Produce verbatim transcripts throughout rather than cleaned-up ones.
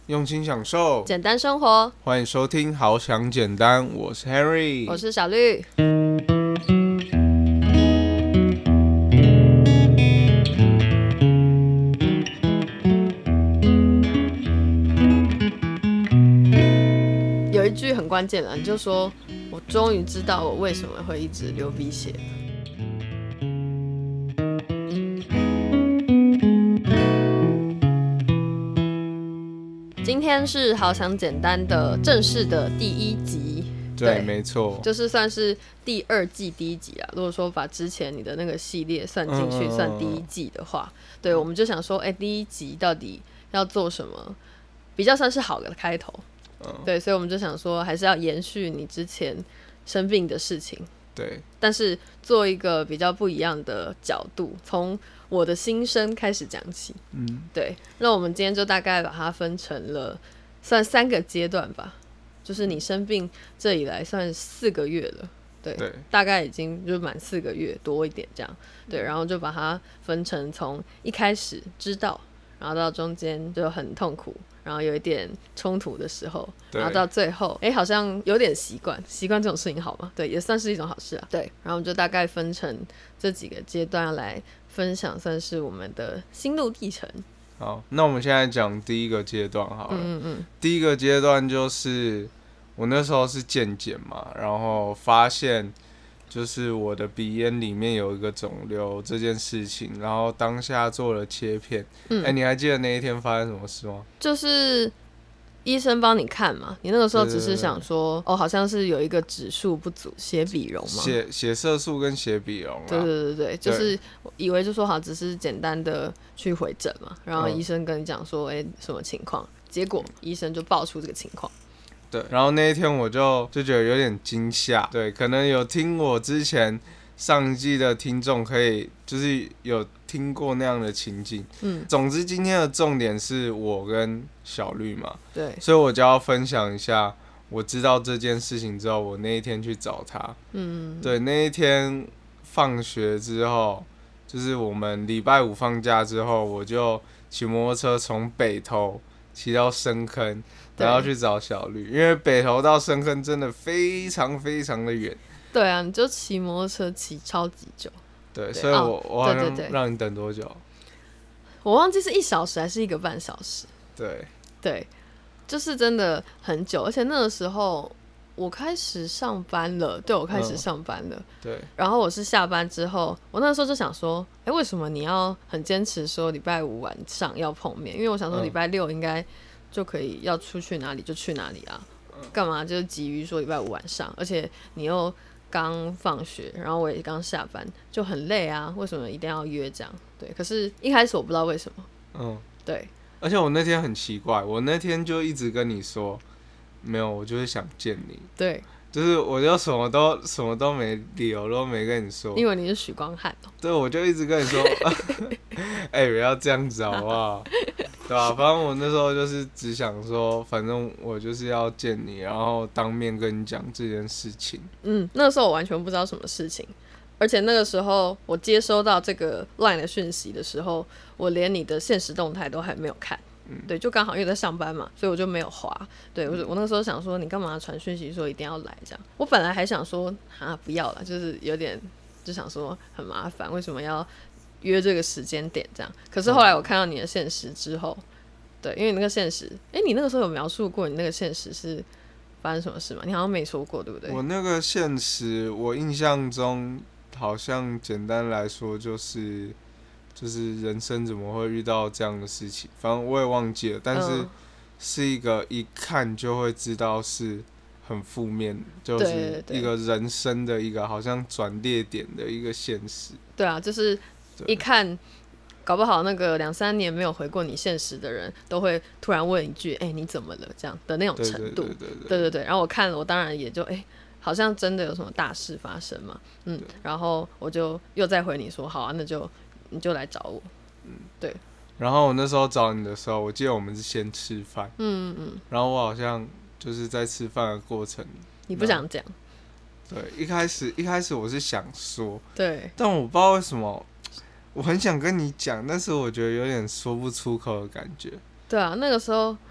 用心享受简单生活， 欢迎收听好想简单，我是 Henry， 我是小绿。有一句很关键的，你就说我终于知道我为什么会一直流鼻血。今天是好想简单的正式的第一集， 对，对没错， 就是算是第二季第一集啊。如果说把之前你的那个系列算进去，嗯、算第一季的话，对，我们就想说，哎、欸，第一集到底要做什么，比较算是好的开头。嗯、对，所以我们就想说，还是要延续你之前生病的事情， 对， 但是做一个比较不一样的角度，从我的心声开始讲起。嗯，对，那我们今天就大概把它分成了算三个阶段吧，就是你生病这以来算四个月了，对，对大概已经就满四个月多一点这样，对，然后就把它分成从一开始知道，然后到中间就很痛苦，然后有一点冲突的时候，然后到最后，哎，好像有点习惯，习惯这种事情好吗？对，也算是一种好事啊。对，然后我们就大概分成这几个阶段来分享，算是我们的心路历程。 好，那我们现在讲第一个阶段好了。嗯嗯。第一个阶段就是我那时候是健检嘛，然后发现就是我的鼻咽里面有一个肿瘤这件事情，然后当下做了切片。嗯。哎，你还记得那一天发生什么事吗？ 就是医生帮你看嘛，你那个时候只是想说，对对对哦，好像是有一个指数不足，血比容嘛， 血血色素跟血比容。 对对对对，就是以为就说好，只是简单的去回诊嘛，然后医生跟你讲说，哎、嗯，什么情况？结果医生就爆出这个情况。 对，然后那一天我就就觉得有点惊吓。对，可能有听我之前上一季的听众可以就是有听过那样的情境。嗯，总之今天的重点是我跟小绿嘛。 对， 所以我就要分享一下我知道这件事情之后，我那一天去找他。嗯，对，那一天放学之后，就是我们礼拜五放假之后，我就骑摩托车从北投骑到深坑，然后去找小绿，因为北投到深坑真的非常非常的远。 对啊，你就骑摩托车骑超级久。 对，所以我、哦、我好像让你等多久？ 我忘记是一小时还是一个半小时。 对对，就是真的很久，而且那个时候我开始上班了，对，我开始上班了。嗯、 对。 然后我是下班之后，我那时候就想说，哎，为什么你要很坚持说礼拜五晚上要碰面？因为我想说礼拜六应该就可以要出去哪里就去哪里啊，干嘛就是急于说礼拜五晚上，而且你又刚放学，然后我也刚下班，就很累啊，为什么一定要约这样？对，可是一开始我不知道为什么。嗯，对。 而且我那天很奇怪，我那天就一直跟你说，没有，我就是想见你。 对， 就是我就什么都什么都没理由都没跟你说， 因为你是许光汉哦。 对，我就一直跟你说，哎、欸，不要这样子好不好？对吧、啊？反正我那时候就是只想说，反正我就是要见你，然后当面跟你讲这件事情。 嗯，那个时候我完全不知道什么事情。而且那个时候我接收到这个 LINE 的讯息的时候，我连你的限时动态都还没有看。嗯、对，就刚好因为在上班嘛，所以我就没有滑。对，我我那个时候想说，你干嘛传讯息说一定要来这样？我本来还想说啊不要了，就是有点就想说很麻烦，为什么要约这个时间点这样？可是后来我看到你的限时之后，对，因为你那个限时，哎，你那个时候有描述过你那个限时是发生什么事吗？你好像没说过，对不对？ 我那个限时，我印象中。好像简单来说就是就是人生怎么会遇到这样的事情，反正我也忘记了，但是是一个一看就会知道是很负面，就是一个人生的一个好像转捩点的一个现实。 对啊，就是一看搞不好那个两三年没有回过你现实的人都会突然问一句哎、欸、你怎么了这样的那种程度。对对 对, 对, 对, 对, 对, 对然后我看了我当然也就哎、欸好像真的有什么大事发生嘛，嗯，然后我就又再回你说，好啊，那就你就来找我，嗯，对。 然后我那时候找你的时候，我记得我们是先吃饭，嗯嗯，然后我好像就是在吃饭的过程， 你不想讲， 对，一开始一开始我是想说， 对， 但我不知道为什么，我很想跟你讲，但是我觉得有点说不出口的感觉。 对啊，那个时候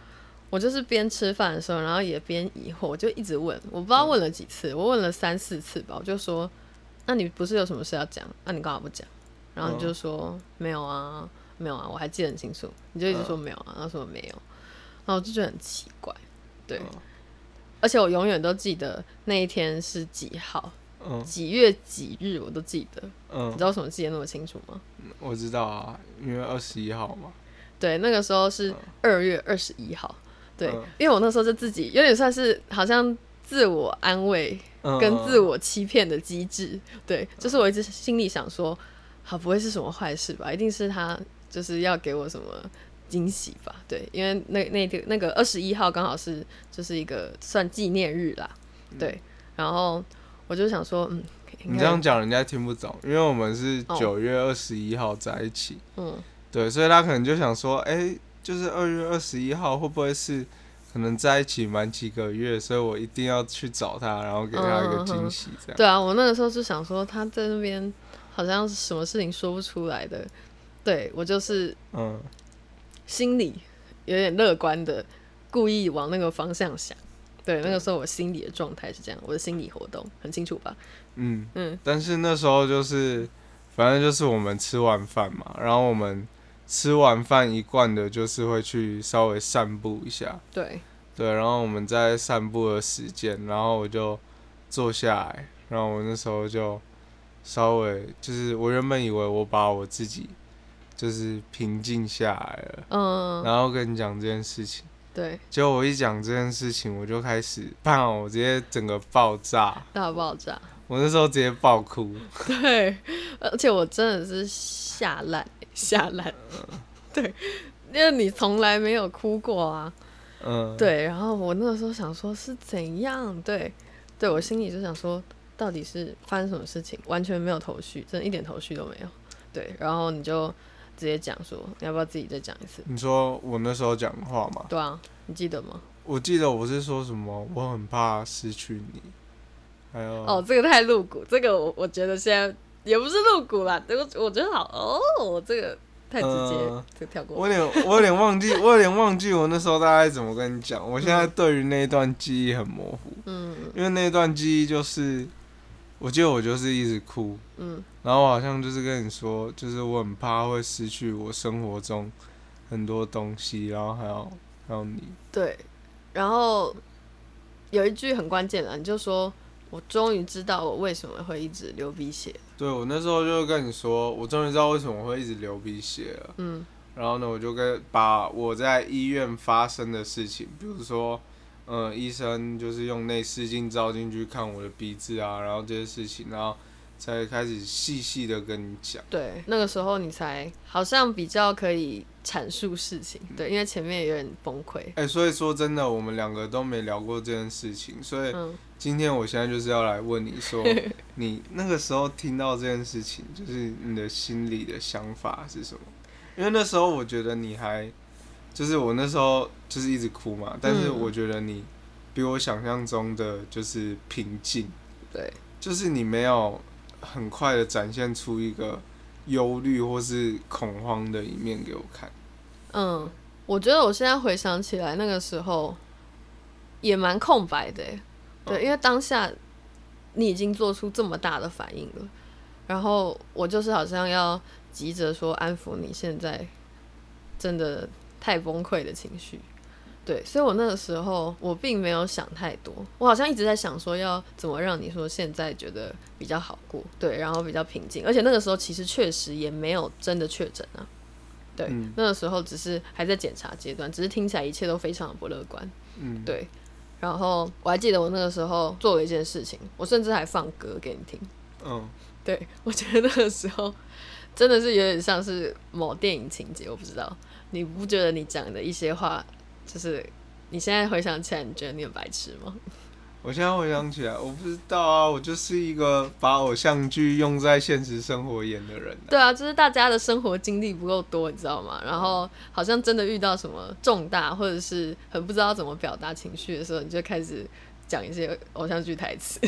我就是边吃饭的时候，然后也边疑惑，我就一直问，我不知道问了几次，我问了三四次吧，我就说，那你不是有什么事要讲？那你干嘛不讲？然后你就说、嗯、没有啊，没有啊，我还记得很清楚，你就一直说没有啊，然后说没有，然后我就觉得很奇怪，对，嗯、而且我永远都记得那一天是几号，嗯、几月几日我都记得，嗯、你知道为什么记得那么清楚吗？ 我知道啊，因为二十一号嘛。 对，那个时候是二月二十一号。对，嗯、因为我那时候就自己有点算是好像自我安慰跟自我欺骗的机制，嗯、对，就是我一直心里想说，好，不会是什么坏事吧？一定是他就是要给我什么惊喜吧？对，因为那那个那个二十一号刚好是就是一个算纪念日啦，对，嗯、然后我就想说，嗯， 你这样讲人家听不懂，因为我们是九月二十一号在一起，嗯，对，所以他可能就想说，哎、欸。就是二月二十一号会不会是可能在一起满几个月，所以我一定要去找他，然后给他一个惊喜这样、嗯、 对啊，我那个时候就想说他在那边好像是什么事情说不出来的，对，我就是嗯，心里有点乐观的故意往那个方向想，对，那个时候我心里的状态是这样，我的心理活动很清楚吧。 嗯嗯，但是那时候就是反正就是我们吃完饭嘛，然后我们吃完饭一贯的就是会去稍微散步一下， 对对，然后我们在散步的时间，然后我就坐下来，然后我那时候就稍微就是我原本以为我把我自己就是平静下来了，嗯，然后跟你讲这件事情， 对， 结果我一讲这件事情，我就开始砰，我直接整个爆炸， 大爆炸， 我那时候直接爆哭， 对，而且我真的是吓烂。吓烂，对，因为你从来没有哭过啊，嗯，对，然后我那个时候想说是怎样，对，对我心里就想说到底是发生什么事情，完全没有头绪，真的一点头绪都没有，对，然后你就直接讲说你要不要自己再讲一次？ 你说我那时候讲话吗？ 对啊，你记得吗？ 我记得我是说什么，我很怕失去你，还有哦，这个太露骨，这个我我觉得现在。也不是露骨啦，我我觉得好哦，这个太直接，呃、这个跳过。 我有点，我有点忘记，我有点忘记我那时候大概怎么跟你讲。我现在对于那一段记忆很模糊，嗯，因为那一段记忆就是，我记得我就是一直哭，嗯，然后我好像就是跟你说，就是我很怕会失去我生活中很多东西，然后还有还有你。 对，然后有一句很关键的，你就说。我终于知道我为什么会一直流鼻血。 对，我那时候就跟你说，我终于知道为什么会一直流鼻血了。嗯，然后呢，我就跟把我在医院发生的事情，比如说，呃，医生就是用内视镜照进去看我的鼻子啊，然后这些事情，然后才开始细细的跟你讲。 对，那个时候你才好像比较可以阐述事情。对，因为前面有点崩溃。 哎、欸，所以说真的，我们两个都没聊过这件事情，所以。嗯，今天我现在就是要来问你说，你那个时候听到这件事情，就是你的心里的想法是什么？因为那时候我觉得你还，就是我那时候就是一直哭嘛，但是我觉得你比我想象中的就是平静， 对， 就是你没有很快的展现出一个忧虑或是恐慌的一面给我看。 嗯，我觉得我现在回想起来，那个时候也蛮空白的耶。对，因为当下你已经做出这么大的反应了，然后我就是好像要急着说安抚你现在真的太崩溃的情绪，对，所以我那个时候我并没有想太多，我好像一直在想说要怎么让你说现在觉得比较好过，对，然后比较平静，而且那个时候其实确实也没有真的确诊啊，对、嗯，那个时候只是还在检查阶段，只是听起来一切都非常的不乐观，嗯，对。然后我还记得我那个时候做了一件事情，我甚至还放歌给你听。嗯，对，我觉得那个时候真的是有点像是某电影情节，我不知道，你不觉得你讲的一些话，就是你现在回想起来，你觉得你很白痴吗？ 我现在回想起来，我不知道啊，我就是一个把偶像剧用在现实生活演的人、啊。 对啊，就是大家的生活经历不够多，你知道吗？然后好像真的遇到什么重大或者是很不知道怎么表达情绪的时候，你就开始讲一些偶像剧台词。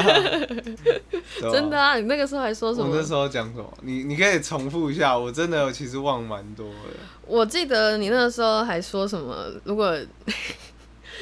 真的啊，你那个时候还说什么？ 我那时候讲什么？你你可以重复一下，我真的其实忘蛮多的。 我记得你那个时候还说什么？如果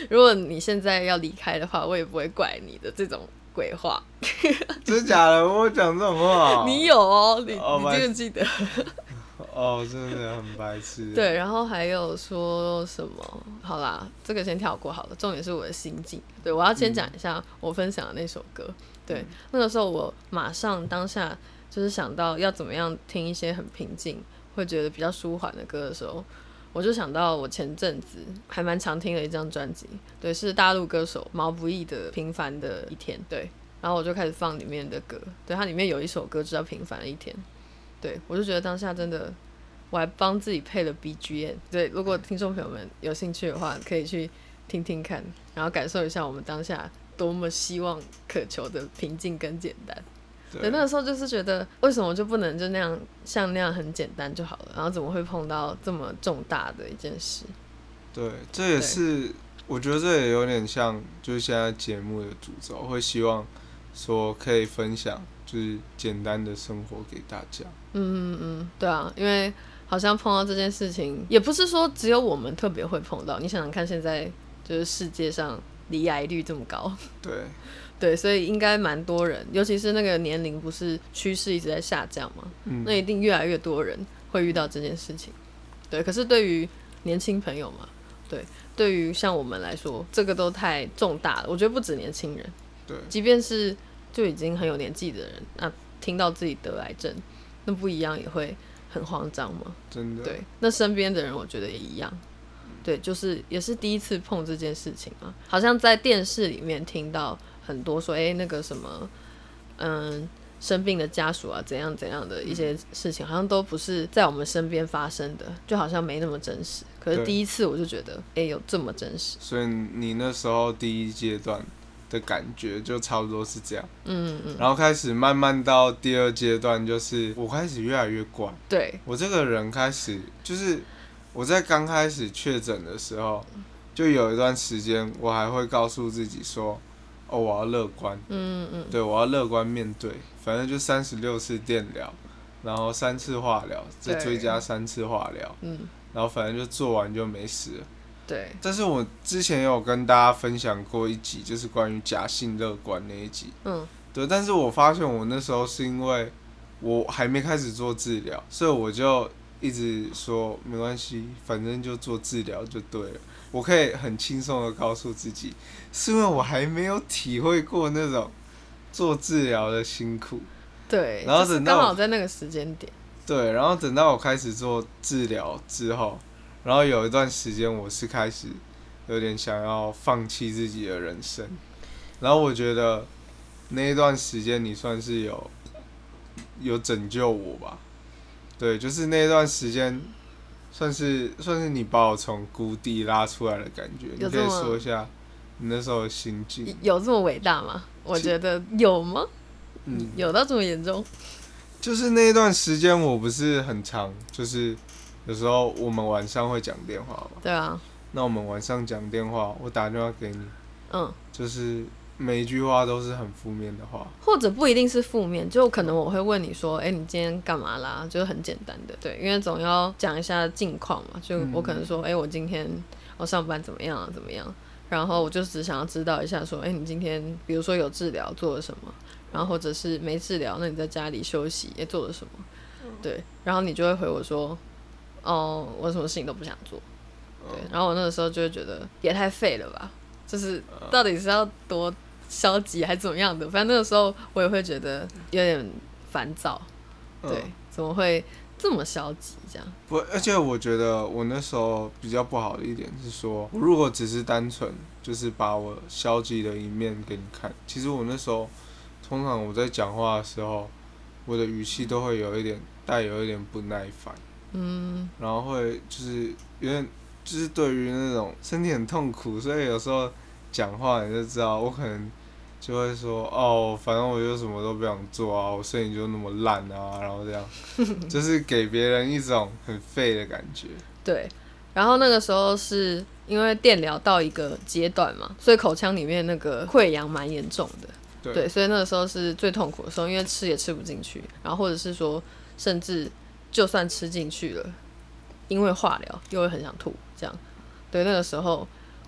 如果你现在要离开的话，我也不会怪你的这种鬼话。 真假的？我讲这种话？ 你有哦，你、 哦、 你记不记得？ 哦，真的很白痴。 对，然后还有说什么？好啦，这个先跳过好了。重点是我的心境。对，我要先讲一下我分享的那首歌。嗯、对，那个时候我马上当下就是想到要怎么样听一些很平静，会觉得比较舒缓的歌的时候，我就想到我前阵子还蛮常听的一张专辑，对，是大陆歌手毛不易的《平凡的一天》。对，然后我就开始放里面的歌。对，它里面有一首歌就叫《平凡的一天》。对，我就觉得当下真的，我还帮自己配了 B G M。对，如果听众朋友们有兴趣的话，可以去听听看，然后感受一下我们当下多么希望渴求的平静跟简单。对，对那个时候就是觉得，为什么就不能就那样像那样很简单就好了？然后怎么会碰到这么重大的一件事？ 对，这也是我觉得这也有点像，就是现在节目的主轴，会希望说可以分享。就是简单的生活给大家。 嗯嗯嗯，对啊，因为好像碰到这件事情，也不是说只有我们特别会碰到。你想想看，现在就是世界上罹癌率这么高， 对对，所以应该蛮多人，尤其是那个年龄不是趋势一直在下降嘛、嗯，那一定越来越多人会遇到这件事情。对，可是对于年轻朋友嘛，对，对于像我们来说，这个都太重大了。我觉得不止年轻人， 对， 即便是就已经很有年纪的人，那听到自己得癌症，那不一样也会很慌张嘛。 真的。对， 那身边的人我觉得也一样。对，就是也是第一次碰这件事情嘛。好像在电视里面听到很多说，哎、欸，那个什么，嗯，生病的家属啊，怎样怎样的一些事情，好像都不是在我们身边发生的，就好像没那么真实。可是第一次我就觉得，哎、欸，有这么真实。 所以你那时候第一阶段的感觉就差不多是这样， 嗯嗯， 然后开始慢慢到第二阶段，就是我开始越来越怪， 对， 我这个人开始就是我在刚开始确诊的时候，就有一段时间我还会告诉自己说，哦，我要乐观，嗯嗯，对，我要乐观面对，反正就三十六次电疗，然后三次化疗，再追加三次化疗，嗯，然后反正就做完就没事了。 对， 但是我之前有跟大家分享过一集，就是关于假性乐观那一集。嗯，对，但是我发现我那时候是因为我还没开始做治疗，所以我就一直说没关系，反正就做治疗就对了。我可以很轻松的告诉自己，是因为我还没有体会过那种做治疗的辛苦。 对，然后等到刚好在那个时间点。 对，然后等到我开始做治疗之后。然后有一段时间，我是开始有点想要放弃自己的人生，然后我觉得那一段时间你算是有有拯救我吧，对，就是那一段时间算是算是你把我从谷底拉出来的感觉，你可以说一下你那时候的心境。 有这么伟大吗？我觉得有吗？嗯，有到这么严重？ 就是那一段时间，我不是很长，就是有时候我们晚上会讲电话嘛。 对啊。 那我们晚上讲电话，我打电话给你，嗯，就是每一句话都是很负面的话， 或者不一定是负面，就可能我会问你说，哎、欸，你今天干嘛啦？就是很简单的，对，因为总要讲一下近况嘛。就我可能说，哎、欸，我今天我上班怎么样啊？怎么样？然后我就只想要知道一下，说，哎、欸，你今天比如说有治疗做了什么？然后或者是没治疗，那你在家里休息也做了什么？对，然后你就会回我说，哦，我什么事情都不想做。对，然后我那个时候就会觉得也太废了吧，就是到底是要多消极还是怎么样的？反正那个时候我也会觉得有点烦躁，对，怎么会这么消极这样？ 不，而且我觉得我那时候比较不好的一点是说，我如果只是单纯就是把我消极的一面给你看，其实我那时候通常我在讲话的时候，我的语气都会有一点带有一点不耐烦，嗯，然后会就是有点。就是对于那种身体很痛苦，所以有时候讲话你就知道，我可能就会说哦，反正我就什么都不想做啊，我身体就那么烂啊，然后这样，就是给别人一种很废的感觉。 对，然后那个时候是因为电疗到一个阶段嘛，所以口腔里面那个溃疡蛮严重的， 对, 对，所以那个时候是最痛苦的时候，因为吃也吃不进去，然后或者是说，甚至就算吃进去了。因为化疗又会很想吐，这样，对，那个时候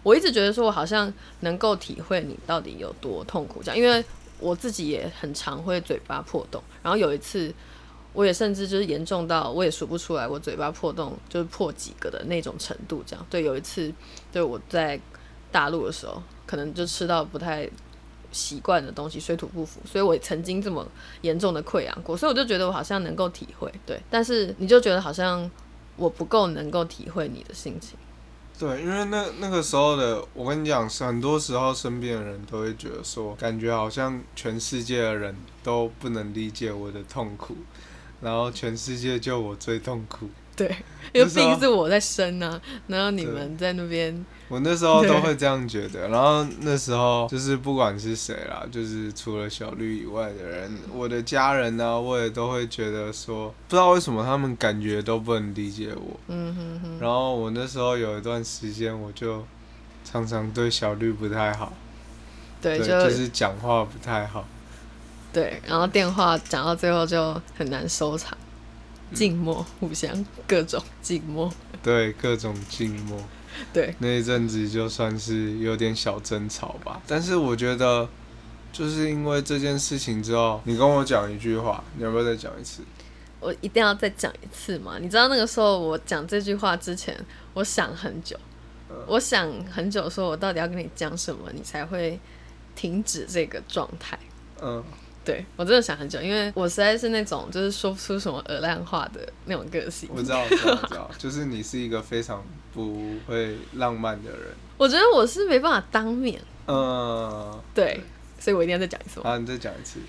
我一直觉得说我好像能够体会你到底有多痛苦这样，因为我自己也很常会嘴巴破洞，然后有一次我也甚至就是严重到我也数不出来我嘴巴破洞就是破几个的那种程度这样。对，有一次对我在大陆的时候可能就吃到不太习惯的东西，水土不服，所以我也曾经这么严重的溃疡过，所以我就觉得我好像能够体会。对，但是你就觉得好像我不够能够体会你的心情。 对，因为那那个时候的，我跟你讲，很多时候身边的人都会觉得说，感觉好像全世界的人都不能理解我的痛苦，然后全世界就我最痛苦。 对，因为毕竟是我在生啊，然后你们在那边。 我那时候都会这样觉得，然后那时候就是不管是谁啦，就是除了小绿以外的人，我的家人啊，我也都会觉得说，不知道为什么他们感觉都不能理解我。嗯哼哼。然后我那时候有一段时间，我就常常对小绿不太好， 对， 对就, 就是讲话不太好。 对，然后电话讲到最后就很难收场，静默，互相各种静默。 对，各种静默。 对， 那一阵子就算是有点小争吵吧，但是我觉得就是因为这件事情之后，你跟我讲一句话，你要不要再讲一次？ 我一定要再讲一次吗？你知道那个时候我讲这句话之前，我想很久，嗯、我想很久，说我到底要跟你讲什么，你才会停止这个状态。嗯。对，我真的想很久，因为我实在是那种就是说不出什么鹅烂话的那种个性。 我知道，我知道，我知道，就是你是一个非常不会浪漫的人。 我觉得我是没办法当面。嗯。对，所以我一定要再讲一次。 好，你再讲一次。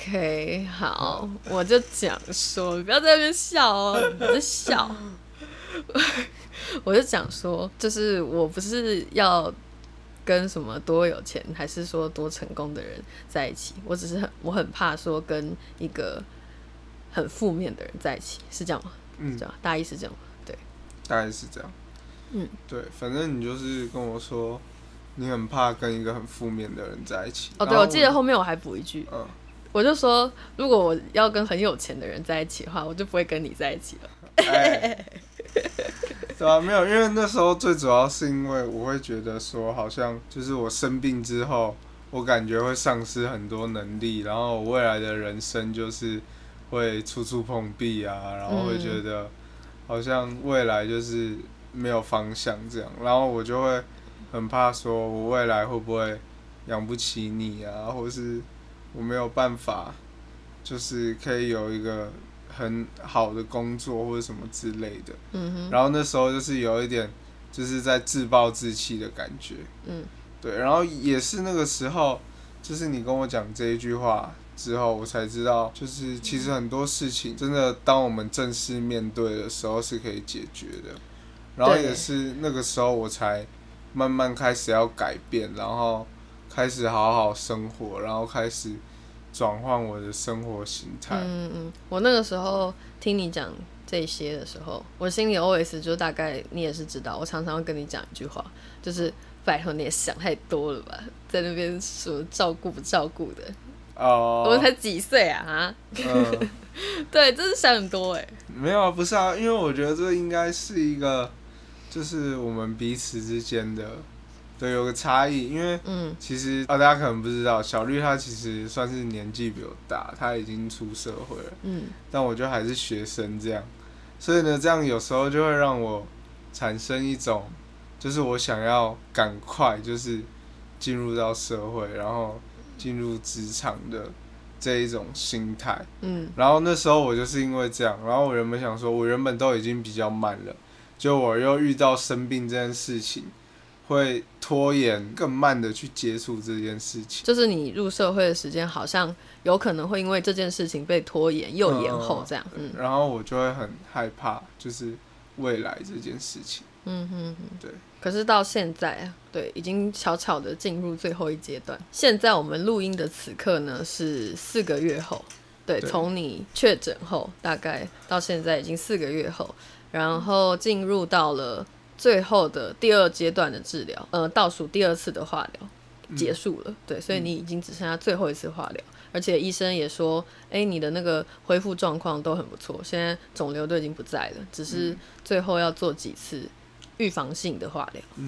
OK， 好，我就讲说，不要在那边笑哦，你在笑。我就讲说，就是我不是要跟什么多有钱还是说多成功的人在一起，我只是很我很怕说跟一个很负面的人在一起，是这样吗？嗯，这样大意是这样吗？对， 大概是这样。嗯，对，反正你就是跟我说，你很怕跟一个很负面的人在一起。 哦，对，我记得后面我还补一句，嗯，我就说如果我要跟很有钱的人在一起的话，我就不会跟你在一起了。哎对啊，没有，因为那时候最主要是因为我会觉得说，好像就是我生病之后，我感觉会丧失很多能力，然后我未来的人生就是会处处碰壁啊，然后会觉得好像未来就是没有方向这样，然后我就会很怕说我未来会不会养不起你啊，或是我没有办法，就是可以有一个很好的工作或者什么之类的，嗯哼，然后那时候就是有一点就是在自暴自弃的感觉，嗯，对，然后也是那个时候，就是你跟我讲这一句话之后，我才知道，就是其实很多事情真的，当我们正式面对的时候是可以解决的，然后也是那个时候我才慢慢开始要改变，然后开始好好生活，然后开始转换我的生活形态。 嗯嗯，我那个时候听你讲这些的时候，我心里 O S 就大概你也是知道，我常常会跟你讲一句话，就是拜托你也想太多了吧，在那边说照顾不照顾的。哦，我才几岁啊啊！嗯，对，真是想很多哎。 没有啊，不是啊，因为我觉得这应该是一个，就是我们彼此之间的。对，有个差异，因为其实、嗯、啊，大家可能不知道，小绿他其实算是年纪比我大，他已经出社会了，嗯，但我就还是学生这样，所以呢，这样有时候就会让我产生一种，就是我想要赶快就是进入到社会，然后进入职场的这一种心态，嗯，然后那时候我就是因为这样，然后我原本想说，我原本都已经比较慢了，就我又遇到生病这件事情。会拖延更慢的去接触这件事情， 就是你入社会的时间好像有可能会因为这件事情被拖延又延后这样， 嗯，然后我就会很害怕，就是未来这件事情，嗯哼哼，对。 可是到现在啊，对，已经悄悄的进入最后一阶段。现在我们录音的此刻呢是四个月后，对，从你确诊后大概到现在已经四个月后，然后进入到了。最后的第二阶段的治疗，呃，倒数第二次的化疗结束了，嗯，对，所以你已经只剩下最后一次化疗，而且医生也说，哎，你的那个恢复状况都很不错，现在肿瘤都已经不在了，只是最后要做几次预防性的化疗。嗯，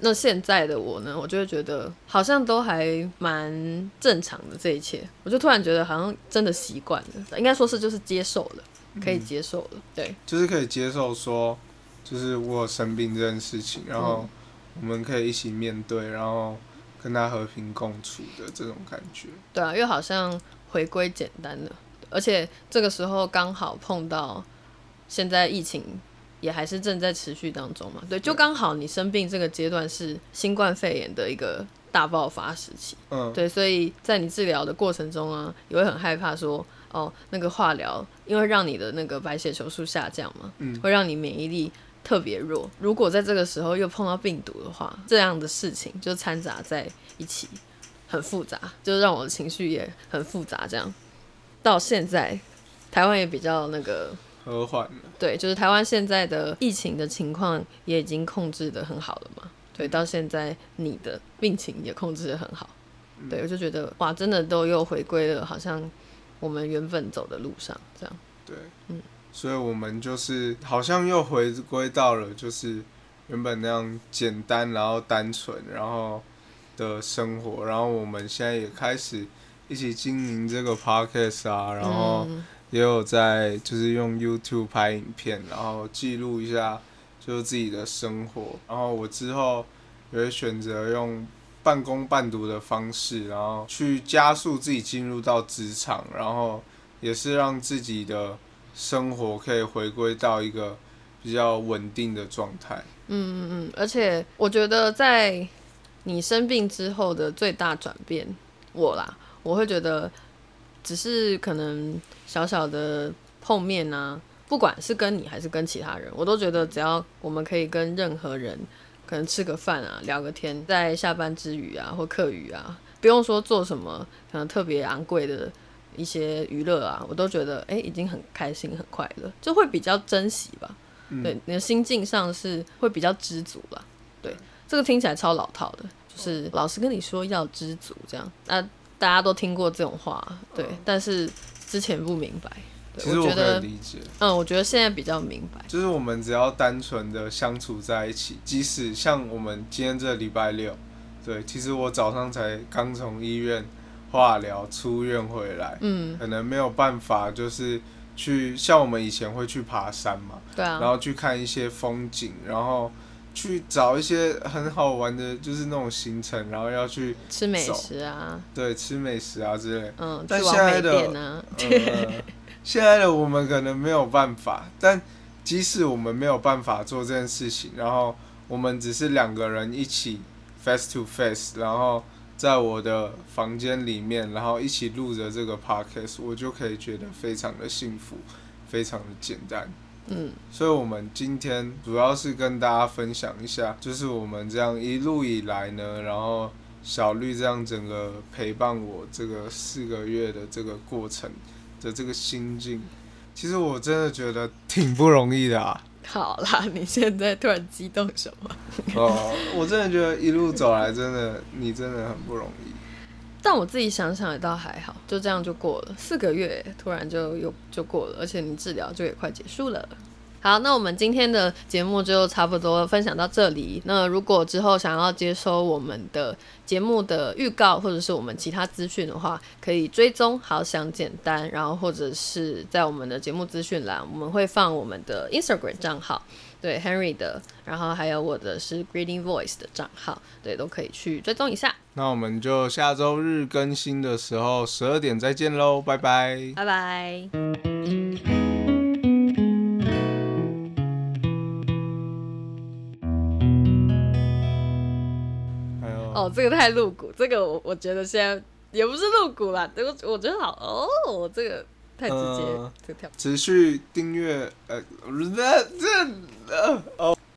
那现在的我呢，我就会觉得好像都还蛮正常的，这一切我就突然觉得好像真的习惯了，应该说是就是接受了，可以接受了、嗯、对， 就是可以接受说就是我有生病这件事情，然后我们可以一起面对，然后跟他和平共处的这种感觉。 对啊，因为好像回归简单了，而且这个时候刚好碰到现在疫情也还是正在持续当中嘛，对，就刚好你生病这个阶段是新冠肺炎的一个大爆发时期，嗯，对，所以在你治疗的过程中啊，也会很害怕说，哦，那个化疗因为让你的那个白血球数下降嘛，嗯，会让你免疫力特别弱，如果在这个时候又碰到病毒的话，这样的事情就掺杂在一起，很复杂，就让我的情绪也很复杂。这样到现在，台湾也比较那个和缓了， 对，就是台湾现在的疫情的情况也已经控制得很好了嘛。对，到现在你的病情也控制得很好，嗯、对，我就觉得哇，真的都又回归了，好像我们原本走的路上这样。 对，嗯。所以我们就是好像又回归到了就是原本那样简单然后单纯然后的生活，然后我们现在也开始一起经营这个 podcast 啊，然后也有在就是用 YouTube 拍影片，然后记录一下就是自己的生活，然后我之后也会选择用半工半读的方式，然后去加速自己进入到职场，然后也是让自己的生活可以回归到一个比较稳定的状态。 嗯嗯嗯，而且我觉得在你生病之后的最大转变，我啦，我会觉得只是可能小小的碰面啊，不管是跟你还是跟其他人，我都觉得只要我们可以跟任何人可能吃个饭啊，聊个天，在下班之余啊或课余啊，不用说做什么可能特别昂贵的一些娱乐啊，我都觉得哎、欸，已经很开心很快乐，就会比较珍惜吧、嗯、对，你的心境上是会比较知足啦。对，这个听起来超老套的，就是老师跟你说要知足这样，那大家都听过这种话，对、嗯、但是之前不明白。 其实我可以理解， 嗯，我觉得现在比较明白， 就是我们只要单纯的相处在一起，即使像我们今天这礼拜六，对，其实我早上才刚从医院化疗出院回来，嗯，可能没有办法，就是去像我们以前会去爬山嘛， 对啊， 然后去看一些风景，然后去找一些很好玩的，就是那种行程，然后要去吃美食啊， 对，吃美食啊之类， 嗯， 但现在的， 啊呃，现在的我们可能没有办法，但即使我们没有办法做这件事情，然后我们只是两个人一起 face to face， 然后在我的房间里面，然后一起录着这个 podcast， 我就可以觉得非常的幸福，非常的简单。嗯，所以我们今天主要是跟大家分享一下，就是我们这样一路以来呢，然后小绿这样整个陪伴我这个四个月的这个过程的这个心境，其实我真的觉得挺不容易的啊。 好啦，你现在突然激动什么？ 哦，我真的觉得一路走来，真的你真的很不容易。 但我自己想想也倒还好，就这样就过了四个月，突然就又就过了，而且你治疗就也快结束了。好，那我们今天的节目就差不多分享到这里。那如果之后想要接收我们的节目的预告或者是我们其他资讯的话，可以追踪好想简单，然后或者是在我们的节目资讯栏，我们会放我们的 Instagram 账号，对 Henry 的，然后还有我的是 Greeting Voice 的账号，对，都可以去追踪一下。 那我们就下周日更新的时候十二点再见咯，拜拜拜拜。哦，这个太露骨，这个 我, 我觉得现在也不是露骨啦，我觉得好哦，这个太直接，呃、这个跳。 持续订阅，呃，这这呃哦。